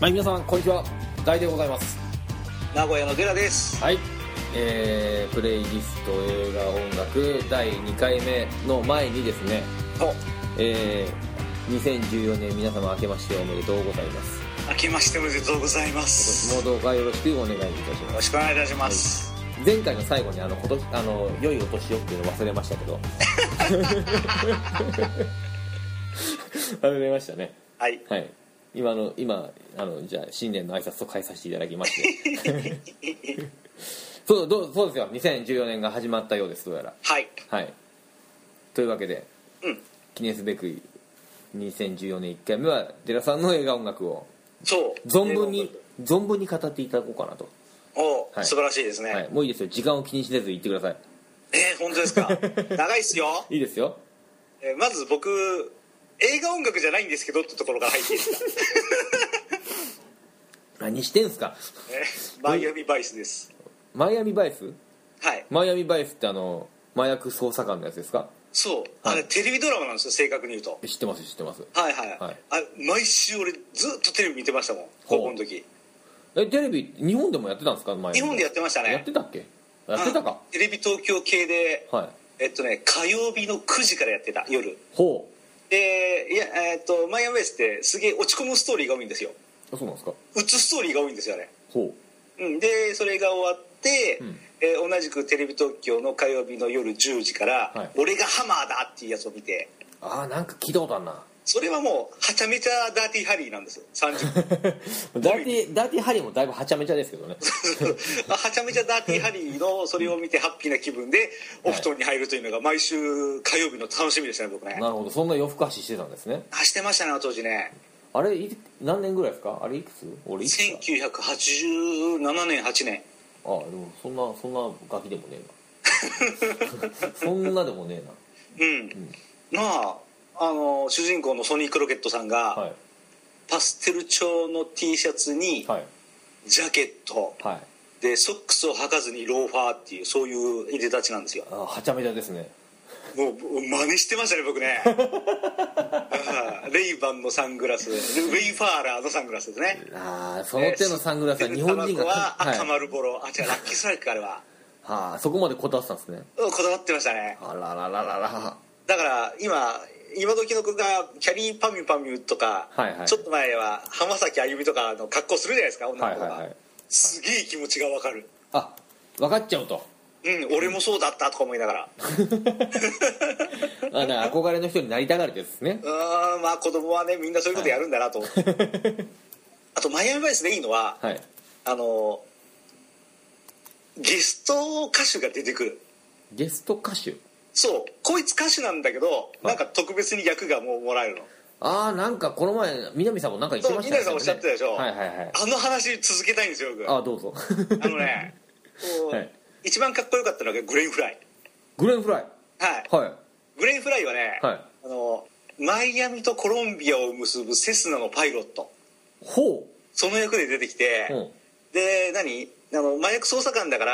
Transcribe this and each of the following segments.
はい、皆さんこんにちは、大でございます。 名古屋のデラです。 はい、プレイリスト映画音楽第2回目の前にですね、2014年皆様明けましておめでとうございます。 明けましておめでとうございます。 今年もどうかよろしくお願いいたします。 よろしくお願いいたします。 はい、前回の最後に良いお年をっていうの忘れましたけど忘れましたね。 はい、 はい、今じゃあ新年の挨拶と変えさせていただきましてそうですよ、2014年が始まったようです。どうやらはい、 はい、というわけで、記念すべく2014年1回目はデラさんの映画音楽を存分に語っていただこうかなと。 はい、素晴らしいですね。 はい、もういいですよ、時間を気にしせず言ってください。 本当ですか？長いっすよ。 いいですよ。 まず僕映画音楽じゃないんですけどってところから入っていいですか？ 何してんすか？ マイアミバイスです。 マイアミバイス？ はい。 マイアミバイスって麻薬捜査官のやつですか？ そう、あれテレビドラマなんですよ、正確に言うと。 知ってます。 はいはい、毎週俺ずっとテレビ見てましたもん、高校の時。 テレビ日本でもやってたんですか？ 日本でやってましたね。 やってたっけ？やってたか。 テレビ東京系で、 はい、 火曜日の9時からやってた、夜。 ほう。 でマイアミバイスってすげえ落ち込むストーリーが多いんですよ。 あ、そうなんですか。 うつストーリーが多いんですよ、あれ。 ほう。でそれが終わって、同じくテレビ東京の火曜日の夜10時から「俺がハマーだ!」っていうやつを見て。 なんか聞いたことあるな。 それはもうはちゃめちゃダーティーハリーなんですよ、30分ダーティーハリーもだいぶはちゃめちゃですけどねはちゃめちゃダーティーハリーのそれを見てハッピーな気分でお布団に入るというのが毎週火曜日の楽しみでしたね、僕ね。 なるほど、そんな夜更かししてたんですね。 してましたね、当時ね。 あれ何年ぐらいですか？あれいくつ？俺いくつ 1987年8年。 でもそんなガキでもねえなそんなでもねえな。 まあ主人公のソニー・クロケットさんが、パステル調の T シャツに、ジャケット、でソックスを履かずにローファーっていう、そういういでたちなんですよ。 はちゃめちゃですね。 もう真似してましたね、僕ねレイバンのサングラス、ウェイファーラーのサングラスですね。 その手のサングラスは日本人がは赤丸ボロ、違う、ラッキーストライクか、あれは。 そこまでこだわってたんですね。 こだわってましたね。 あららららら。 だから今時の子がキャリーパミュパミュとか、ちょっと前は浜崎あゆみとかの格好するじゃないですか、女の子が。すげえ気持ちが分かる。 分かっちゃうと。 俺もそうだったとか思いながら憧れの人になりたがるってやつですね。 まあ子供はね、みんなそういうことやるんだなと思って、あとマイアミバイスでいいのは、ゲスト歌手が出てくる。 ゲスト歌手？ そう、こいつ歌手なんだけど、なんか特別に役がもうもらえるの。 なんかこの前南さんもなんか言ってましたね。 南さんおっしゃってたでしょ。 あの話続けたいんですよ、僕。 どうぞ一番かっこよかったのがグレンフライ。 グレンフライ。 グレンフライはね、マイアミとコロンビアを結ぶセスナのパイロット。その役で出てきて、で麻薬捜査官だから、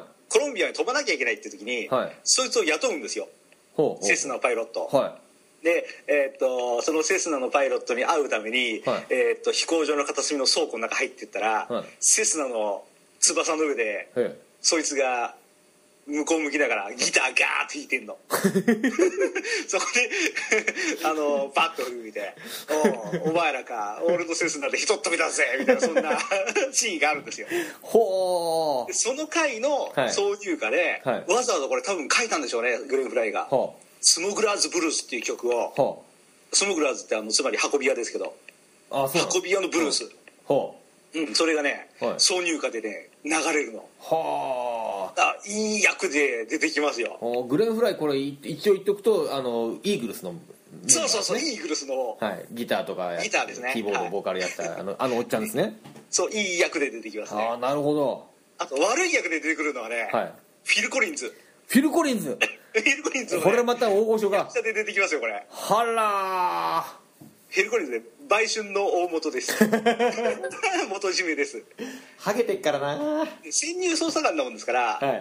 コロンビアに飛ばなきゃいけないっていう時に、そいつを雇うんですよ、セスナのパイロット。で、そのセスナのパイロットに会うために、飛行場の片隅の倉庫の中入っていったら、セスナの翼の上でそいつが向こう向きながらギターガーッと弾いてんのそこでバッと吹いて「お前らか、俺のセスナでひとっ飛びだぜ」みたいな、そんなシーンがあるんですよ。でその回の挿入歌で、わざわざこれ多分書いたんでしょうね、グレンフライが。スモグラーズブルースっていう曲を、スモグラーズってつまり運び屋ですけど、運び屋のブルース、それがね、挿入歌でね流れるの。いい役で出てきますよ。 グレンフライ、これ一応言っておくとイーグルスの、 そうイーグルスの、 ギターとかギターですね、 キーボードボーカルやったおっちゃんですね。 そう、いい役で出てきますね。 なるほど。 あと悪い役で出てくるのはね、フィル・コリンズ。 フィル・コリンズこれまた大御所が役者で出てきますよ、これ。 はらー。 フィル・コリンズで売春の大元です元締めです。 ハゲてっからな。 潜入捜査官なもんですから、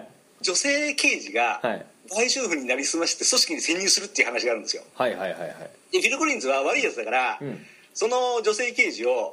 女性刑事が売春婦になりすまして組織に潜入するっていう話があるんですよ。でフィル・コリンズは悪いやつだから、その女性刑事を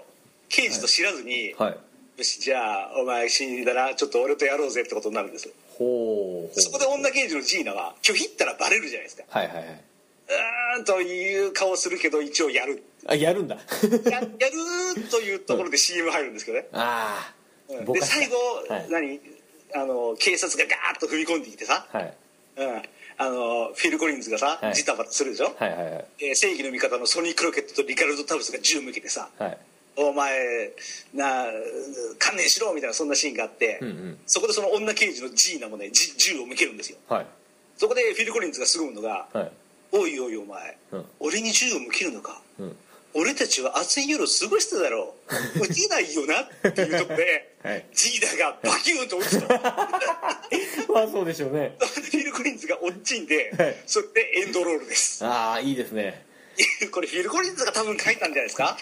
刑事と知らずに、はい、よしじゃあお前死んだな、ちょっと俺とやろうぜってことになるんです。ほう。そこで女刑事のジーナは拒否ったらバレるじゃないですか。はいはいはい。という顔するけど一応やる。 あ、やるんだ。 やるというところで CM 入るんですけどね。ああ。で最後、はい、警察がガーッと踏み込んできてさ、はい、フィル・コリンズがさ、はい、ジタバタするでしょ、はいはいはい、正義の味方のソニー・クロケットとリカルド・タブスが銃向けてさ、はい、お前観念しろみたいなそんなシーンがあって、うんうん、そこでその女刑事のジーナもね銃を向けるんですよ、はい、そこでフィル・コリンズがすごいのが、はい、おいおいお前、うん、俺に銃を向けるのか、うん、俺たちは暑い夜過ごしただろう撃てないよなっていうところで、はい、ジーナがバキューンと撃つとまあそうでしょうね。 フィル・コリンズが落ちんで、はい、それでエンドロールです。 ああいいですね。 これフィル・コリンズが多分書いたんじゃないですか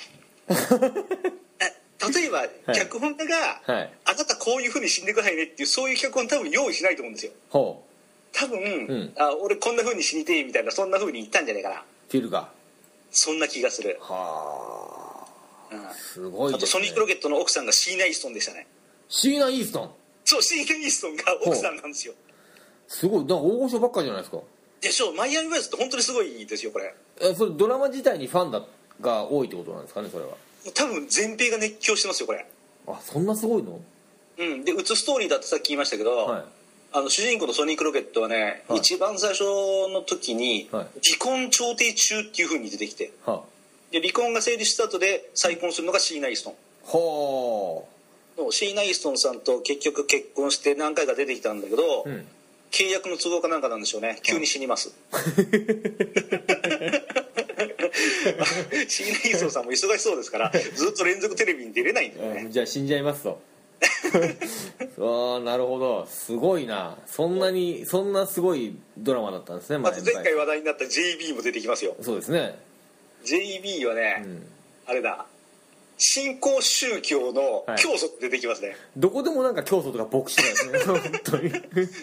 例えば、脚本家が、はい、あなたこういうふうに死んでくださいねっていうそういう脚本多分用意しないと思うんですよ。ほう。多分、うん、俺こんなふうに死にてみたいなそんなふうに言ったんじゃないかな。 フィルがそんな気がする。はあ、うん、すごいですね。 あとソニー・クロケットの奥さんがシーナ・イーストンでしたね。 シーナ・イーストン。 そう、シーナ・イーストンが奥さんなんですよ。 すごい、だから大御所ばっかりじゃないですか。 でしょう。マイアミ・バイスって本当にすごいですよこれ。 それドラマ自体にファンが多いってことなんですかね、それは。 多分全米が熱狂してますよこれ。 あ、そんなすごいの。 うん。で、うつストーリーだってさっき言いましたけど、はい、主人公のソニー・クロケットはね、はい、一番最初の時に、はい、離婚調停中っていう風に出てきて、はい、で離婚が成立した後で再婚するのがシーナ・イーストン。はあ。シーナ・イーストンさんと結局結婚して何回か出てきたんだけど、うん、契約の都合かなんかなんでしょうね、急に死にます。シーナ・イーストンさんも忙しそうですからずっと連続テレビに出れないんだよね。 じゃあ死んじゃいますと。ああ、なるほど。すごいな。そんなすごいドラマだったんですね。 まず前回話題になった JB も出てきますよ。 そうですね。 JB はね、うん、あれだ、新興宗教の教祖って出てきますね、はい、 どこでもなんか教祖とか牧師なんですね本当に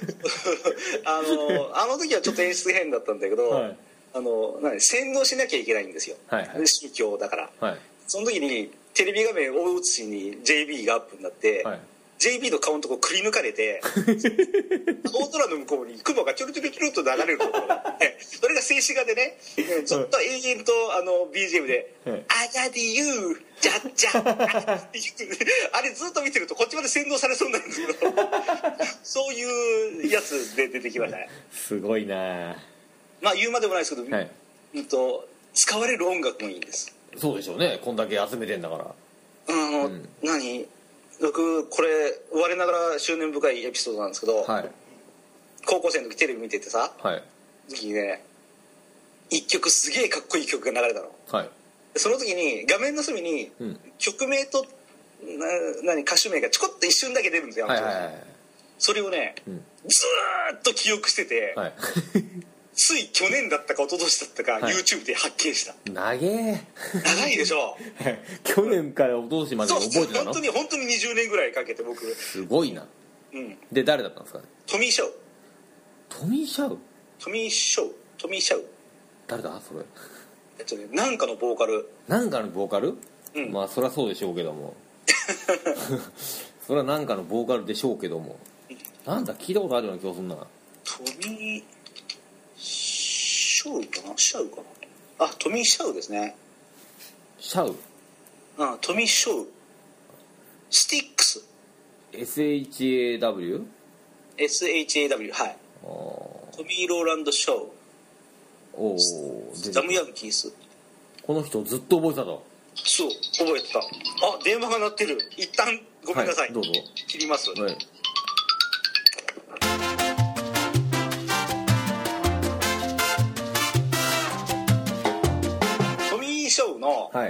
あの時はちょっと演出変だったんだけど、はい、洗脳しなきゃいけないんですよ、はいはい、宗教だから、はい、その時にテレビ画面大写しに JB がアップになって、はい、JB の顔のとこくり抜かれて大空の向こうに雲がちょろちょろちょろっと流れるところがあってそれが静止画でねずっと永遠とBGM で「あやでゆうじゃっじゃ」あれずっと見てるとこっちまで洗脳されそうになるんですけどそういうやつで出てきましたね。 すごいな。 まあ言うまでもないですけど、はい、使われる音楽もいいんです。 そうでしょうね、こんだけ集めてんだから。 何僕これ我ながら執念深いエピソードなんですけど、はい、高校生の時テレビ見ててさ、はい、時にね一曲すげえかっこいい曲が流れたの、はい、その時に画面の隅に曲名と歌手名がちょこっと一瞬だけ出るんですよ、はいはいはい、それをね、ずーっと記憶してて、はいつい去年だったか一昨年だったか、はい、YouTube で発見した。 長いでしょ去年から一昨年まで覚えてたの。 本当に20年ぐらいかけて僕。 すごいな、うん、で誰だったんですかね。 トミー・シャウ。 トミー・シャウ誰だそれ。 なんかのボーカル、 うん、まあそりゃそうでしょうけどもそれはなんかのボーカルでしょうけども、なんだ聞いたことあるような気がするな。 トミーシャウかな。あ、トミー・シャウですね。 シャウ。 トミー・シャウ。スティックス。 SHAW？ SHAW、はい。トミー・ローランド・シャウ。ザム・ヤンキース。 この人ずっと覚えてたと。 そう、覚えてた。あ、電話が鳴ってる。一旦ごめんなさい。 どうぞ。 切ります。はい。ショーの、はい、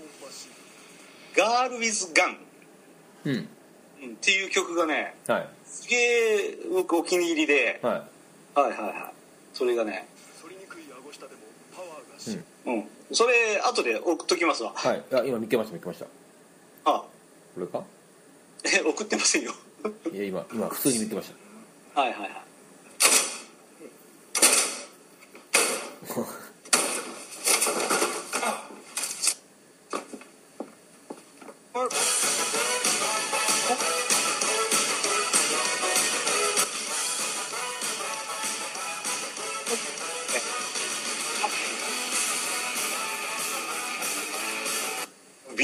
ガール・ウィズ・ガン、うんっていう曲がね、はい、すげえ僕お気に入りで、はい、はいはいはいそれがね、それ後で送っときますわ。 はい、今見つけました。あ、これか。 送ってませんよいや今普通に見つけました。 はいはいはい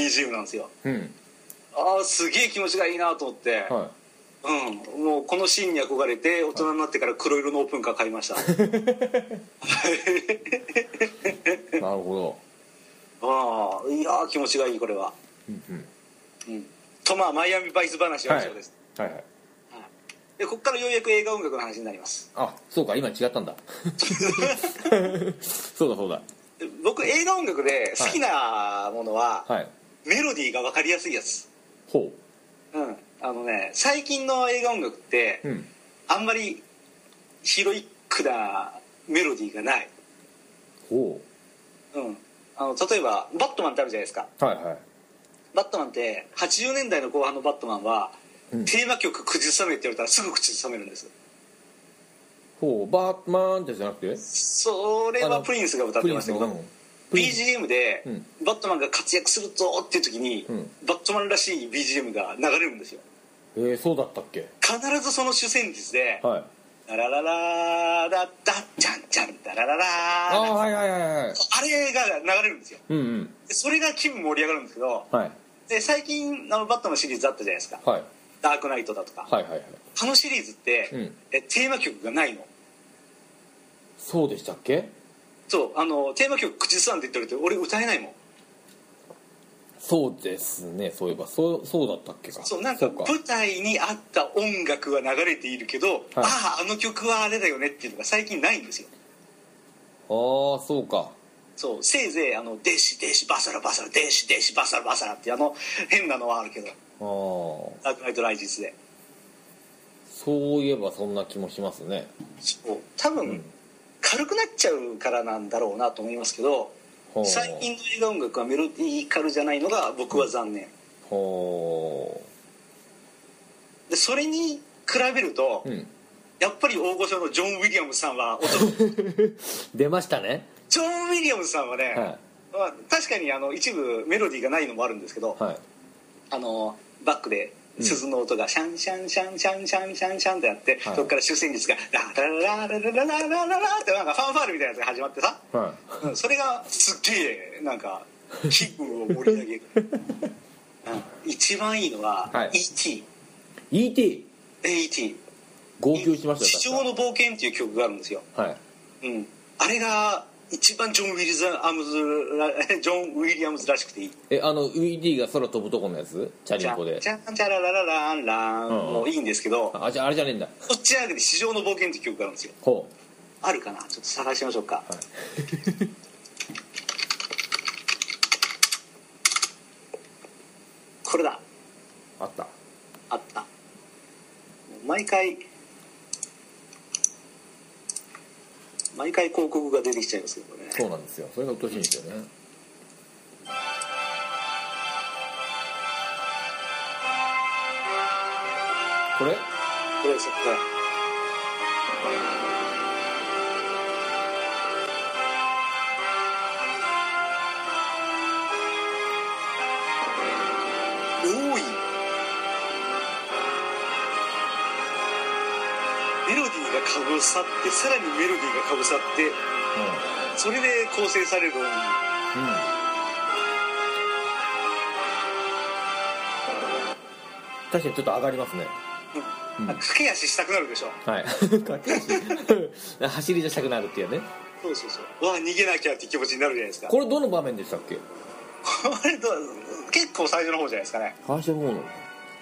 BGM なんですよ、ああすげえ気持ちがいいなと思って、もうこのシーンに憧れて大人になってから黒色のオープンカー買いましたなるほど。ああいや気持ちがいいこれは。とマイアミバイス話は以上です。でここからようやく映画音楽の話になります。 あ、そうか、今違ったんだそうだ僕映画音楽で好きなものは、メロディーが分かりやすいやつ。最近の映画音楽って、あんまりヒロイックなメロディーがない。例えばバットマンってあるじゃないですか。バットマンって80年代の後半のバットマンは、テーマ曲口ずさめって言われたらすぐ口ずさめるんです。 バットマンってじゃなくて、 それはプリンスが歌ってましたけど、BGM で、バットマンが活躍するぞっていう時に、バットマンらしい BGM が流れるんですよ。 そうだったっけ。 必ずその主旋律で、ララララダッダッチャンチャンダラララあれが流れるんですよ。でそれが気分盛り上がるんですけど、で最近バットマンシリーズあったじゃないですか、ダークナイトだとか、あのシリーズって、テーマ曲がないの。 そうでしたっけ。 そうテーマ曲口ずさんで言って俺歌えないもん。 そうですね、そういえばそうだったっけか。 なんか舞台に合った音楽は流れているけど、あの曲はあれだよねっていうのが最近ないんですよ。 そうか。 せいぜいデシデシバサラバサラデシデシバサラバサラって変なのはあるけど、ダークナイトライジスで。 そういえばそんな気もしますね。 多分、軽くなっちゃうからなんだろうなと思いますけど、最近の映画音楽はメロディカルじゃないのが僕は残念。でそれに比べると、やっぱり大御所のジョン・ウィリアムズさんは出ましたね。 ジョン・ウィリアムズさんはね、確かに一部メロディーがないのもあるんですけど、バックで鈴の音がシャンシャンシャンシャンシャンシャンシャンってやって、そこから主旋律がラララララララララララってなんかファンファールみたいなやつが始まってさ、それがすっげえなんか気分を盛り上げる一番いいのは E.T. 号泣しましたよ。 地上の冒険っていう曲があるんですよ。あれが一番ジョン・ウィリアムズらしくていい。 ウィディが空飛ぶとこのやつ、チャリンコでチャンチャラララランランもいいんですけど、 あれじゃねえんだ。 そっちじゃなくて地上の冒険っていう曲があるんですよ。あるかな、ちょっと探してみましょうか。これだ。 あった毎回広告が出てきちゃいますけどね。 そうなんですよ、それが鬱陶しいんですよね。これですよ。多い。メロディーがかぶさって、さらにメロディーがかぶさって、それで構成される音、 確かにちょっと上がりますね。 駆け足したくなるでしょ。 駆け足走り出したくなるっていうね。 わあ逃げなきゃって気持ちになるじゃないですか。 これどの場面でしたっけ。これ結構最初の方じゃないですかね。 最初の方の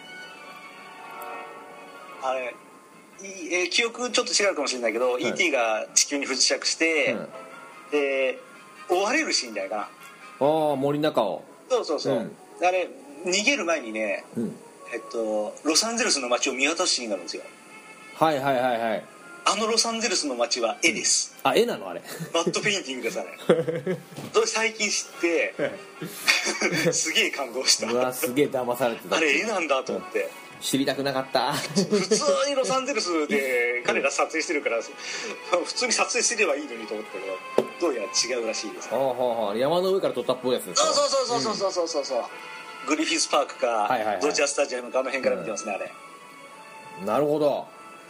あれ記憶ちょっと違うかもしれないけど、E.T. が地球に不時着して、で追われるシーンじゃないかな。 森の中を。 あれ逃げる前にね、ロサンゼルスの街を見渡すシーンがあるんですよ。あのロサンゼルスの街は絵です。 絵なのあれ。 マットペインティングですあれ。それ最近知ってすげえ感動した。 うわすげえ騙されてた。 あれ絵なんだと思って。 知りたくなかった。 普通にロサンゼルスで彼ら撮影してるから普通に撮影すればいいのにと思ったけど、どうやら違うらしいです。 山の上から撮ったっぽいやつですか。 そうグリフィスパークかドジャースタジアムかあの辺から見てますね、あれ。 なるほど。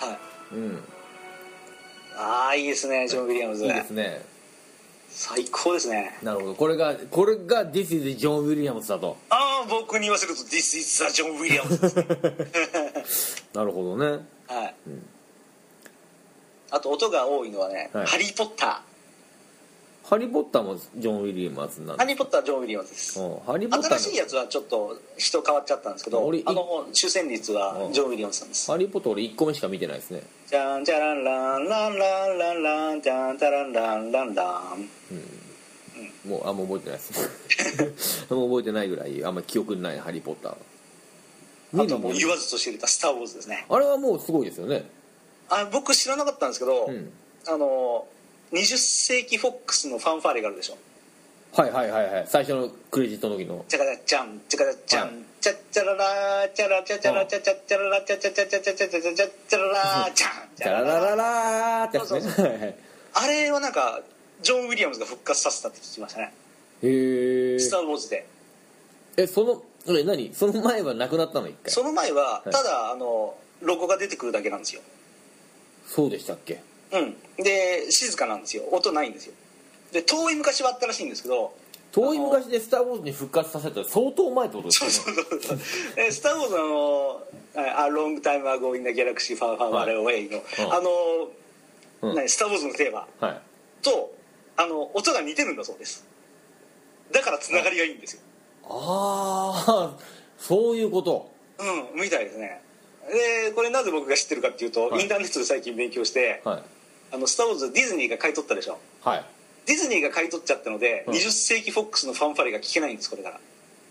いいですね、ジョン・ウィリアムズ。 いいですね、 最高ですね。 なるほど、これが This is ジョン・ウィリアムズだと。 まあ僕に言わせると This is the John Williams ですねなるほどね。 はい、あと音が多いのはね、ハリー・ポッター。 ハリー・ポッターもジョン・ウィリアムズなんです。 ハリー・ポッターはジョン・ウィリアムズです。新しいやつはちょっと人変わっちゃったんですけど、主旋律はジョン・ウィリアムズなんです。 ハリー・ポッター俺1個目しか見てないですね。 じゃんじゃらんらんらんらんらんらんじゃんじゃらんらんらんらん、 もうあんま覚えてないですあんま覚えてないぐらいあんま記憶にないハリー・ポッター。 あとはもう言わずと知れたスター・ウォーズですね。 あれはもうすごいですよね。 僕知らなかったんですけど、20世紀フォックスのファンファーレがあるでしょ。 はいはいはいはい、最初のクレジットの時のチャカチャチャンチャカチャチャンチャッチャララチャラチャチャラチャチャチャララチャチャチャチャチャチャチャチャチャチャララチャンチャララララってやつね。あれはなんかジョン・ウィリアムズが復活させたって聞きましたね。 へえ。 スター・ウォーズで。 その前はなくなったの？一回。 その前はただロゴが出てくるだけなんですよ。 そうでしたっけ？ で静かなんですよ。音ないんですよ。で遠い昔はあったらしいんですけど、 遠い昔でスター・ウォーズに復活させたら相当前ってことですよね。 そうスター・ウォーズのA Long Time Ago in the Galaxy Far Far Away のスター・ウォーズのテーマと音が似てるんだそうです。だからつながりがいいんですよ。 ああ、そういうこと。 みたいですね。でこれなぜ僕が知ってるかっていうと、インターネットで最近勉強して、スター・ウォーズディズニーが買い取ったでしょ。ディズニーが買い取っちゃったので、20世紀フォックスのファンファレが聞けないんです、これから。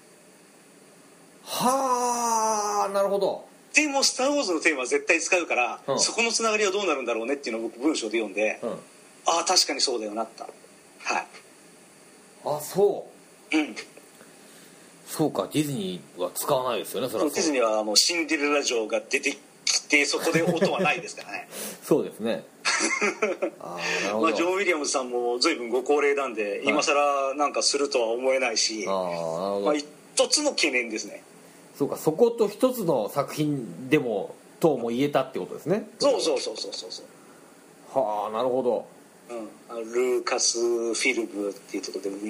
はあ、なるほど。 でもスター・ウォーズのテーマは絶対使うから、そこのつながりはどうなるんだろうねっていうのを僕文章で読んで、ああ確かにそうだよなった。 あ、そうそうか。ディズニーは使わないですよね。それはディズニーはシンデレラ城が出てきてそこで音はないですからねそうですねなるほど。ジョン・ウィリアムズさんも随分ご高齢なんで、今更なんかするとは思えないし、一つの懸念ですね。 そうか、そこと一つの作品でもとも言えたってことですね。 そうはあ、なるほど。 ルーカスフィルムっていうところでウィ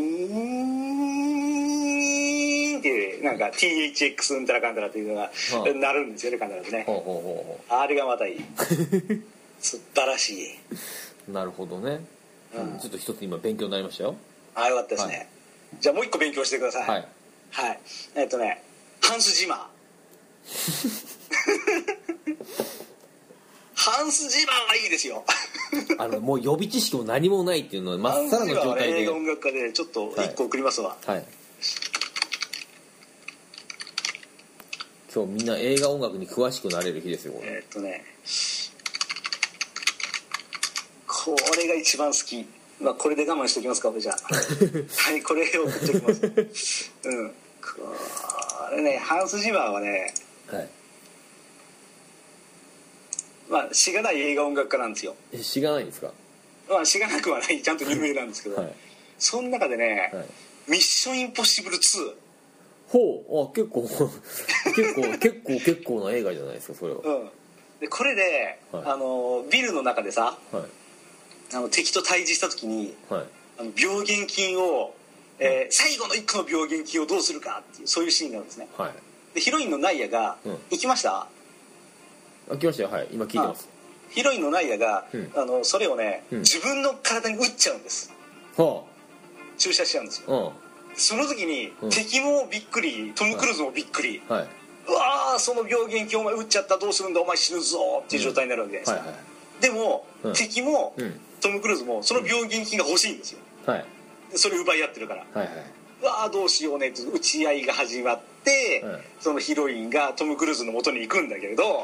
ーンってなんか THX うんたらかんたらっていうのがなるんですよね、必ずね。あれがまたいい素晴らしい。 なるほどね。ちょっと一つ今勉強になりましたよ。 よかったですね。じゃあもう一個勉強してください。ハンス・ジマーハンス・ジマーはいいですよもう予備知識も何もないっていうのはまっさらの状態で。 映画音楽家でちょっと一個送りますわ。 今日みんな映画音楽に詳しくなれる日ですよ。 これが一番好き。これで我慢しておきますか、じゃあこれを送っておきますこれね、ハンス・ジマーはね、しがない映画音楽家なんですよ。 しがないんですか？ しがなくはない、ちゃんと有名なんですけど、その中でね、ミッションインポッシブル2。 結構な映画じゃないですか、それは。 でこれで、ビルの中でさ、敵と対峙した時に、病原菌を、最後の一個の病原菌をどうするかっていう、そういうシーンがあるんですね。でヒロインのナイアが、行きました？ 来ましたよ。今聞いてます。 ヒロインのナイアが、それをね、自分の体に打っちゃうんです。注射しちゃうんですよ。その時に、敵もびっくり、トム・クルーズもびっくり、うわーその病原菌お前打っちゃった、どうするんだお前死ぬぞっていう状態になるわけじゃないですか。でも、敵も、トム・クルーズもその病原菌が欲しいんですよ。それ奪い合ってるから、うわーどうしようねって打ち合いが始まって、そのヒロインがトム・クルーズの元に行くんだけれど、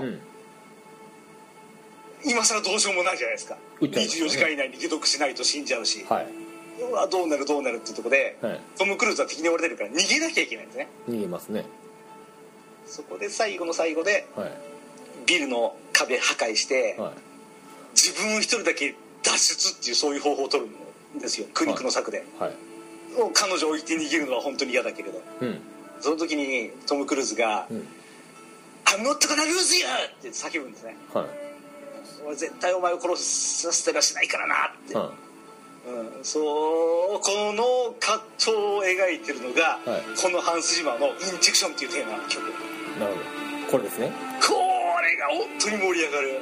今更どうしようもないじゃないですか。24時間以内に解毒しないと死んじゃうし、うわどうなるっていうところで、トム・クルーズは敵に追われてるから逃げなきゃいけないんですね。 逃げますね。 そこで最後の最後で、ビルの壁破壊して、自分一人だけ脱出っていう、そういう方法を取るんですよ、苦肉の策で。彼女を置いて逃げるのは本当に嫌だけれど、その時にトム・クルーズが「I'm not gonna lose you!」って叫ぶんですね。俺絶対お前を殺させたりはしないからなって。 そうこの葛藤を描いてるのが、はい、このハンス・ジマーの「インジェクション」っていうテーマの曲。 なるほど、これですね。 これが本当に盛り上がる。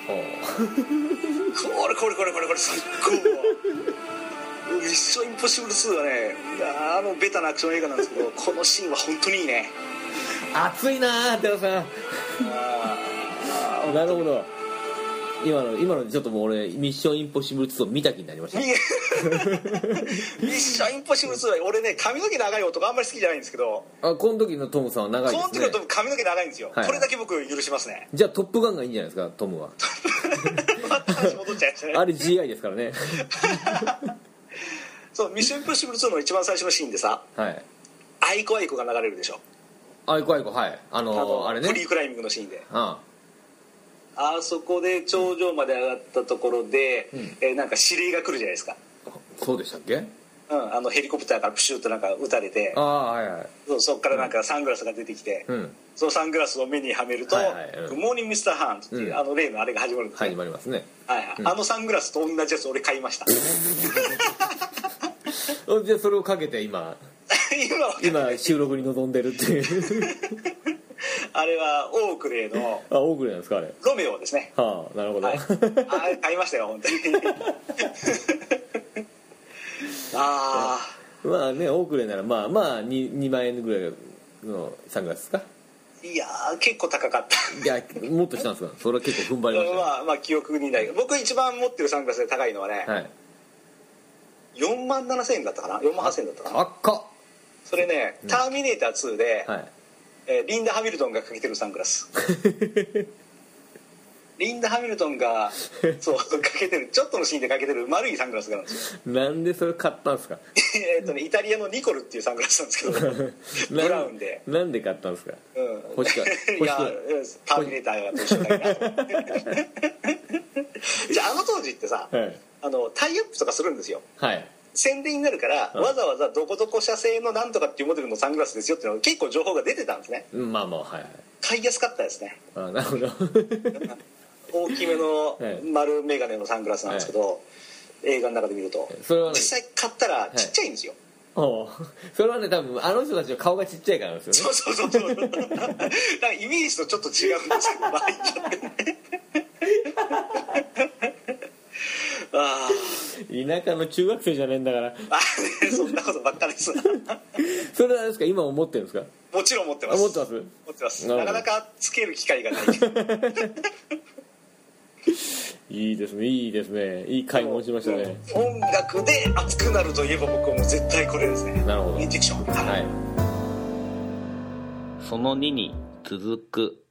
これ最高。ミッションインポッシブル2はね、ベタなアクション映画なんですけど、このシーンは本当にいいね。 熱いな寺さん。なるほど。今のちょっともう俺ミッションインポッシブル2を見た気になりました。ミッションインポッシブル2は俺ね、髪の毛長い男あんまり好きじゃないんですけど、 この時のトムさんは長いですね。 この時のトム髪の毛長いんですよ、はい、これだけ僕許しますね。 じゃあトップガンがいいんじゃないですか、トムは。 また話戻っちゃいましたね。 あれ GI ですからね。 そう、ミッションインポッシブル2の一番最初のシーンでさ、はい、アイコが流れるでしょ。 アイコ、はい、あれね、 フリークライミングのシーンで、あそこで頂上まで上がったところで、なんか指令が来るじゃないですか。 そうでしたっけ。 ヘリコプターからプシュッとなんか撃たれて、はいはい、そっからなんかサングラスが出てきて、そのサングラスを目にはめると「グッモーニングミスターハンズ」っていう、例のあれが始まるんですね。 始まりますね。 はいはい、サングラスと同じやつ俺買いました。 じゃあそれをかけて今収録に臨んでるっていう。 あれはオークレイのオークレイなんですか、あれ。 ロメオですね。 はあ、なるほど。はい、 買いましたよ本当に。 まあね、オークレイならまあ 2万円ぐらいのサングラスですか。 いや結構高かった。 いやもっとしたんですか。それは結構踏ん張りました、ね。 まあ記憶にない。僕一番持ってるサングラスで高いのはね、はい、4万7,000円だったかな、4万8,000円だったかな。高っ。それね、ターミネーター2で、はい、リンダ・ハミルトンがかけてるサングラス。リンダ・ハミルトンがそうかけてる、ちょっとのシーンでかけてる丸いサングラスがあるんですよ。なんでそれ買ったんですか。 イタリアのニコルっていうサングラスなんですけど、ブラウンで。 なんで買ったんですか。 欲しかった。いやターミネーターがと一緒だな。じゃあ当時ってさ、はい、タイアップとかするんですよ。はい。宣伝になるから、わざわざどこどこ社製のなんとかっていうモデルのサングラスですよっていうのが結構情報が出てたんですね。 まあはいはい。 買いやすかったですね。 なるほど。 大きめの丸眼鏡のサングラスなんですけど、はい、映画の中で見ると、それはね、実際買ったらちっちゃいんですよ。 はい、それはね、多分あの人たちの顔がちっちゃいからなんですよね。 そうだからイメージとちょっと違うんですけど、まあいいんじゃない。 田舎の中学生じゃねえんだから。 そんなことばっかりです。 それはあれですか、今も持ってるんですか。 もちろん持ってます。 持ってます。なかなかつける機会がない。 いいですね、いいですね、いい買い物しましたね。 音楽で熱くなるといえば僕はもう絶対これですね。 なるほど。 インジェクション。はい。 その2に続く。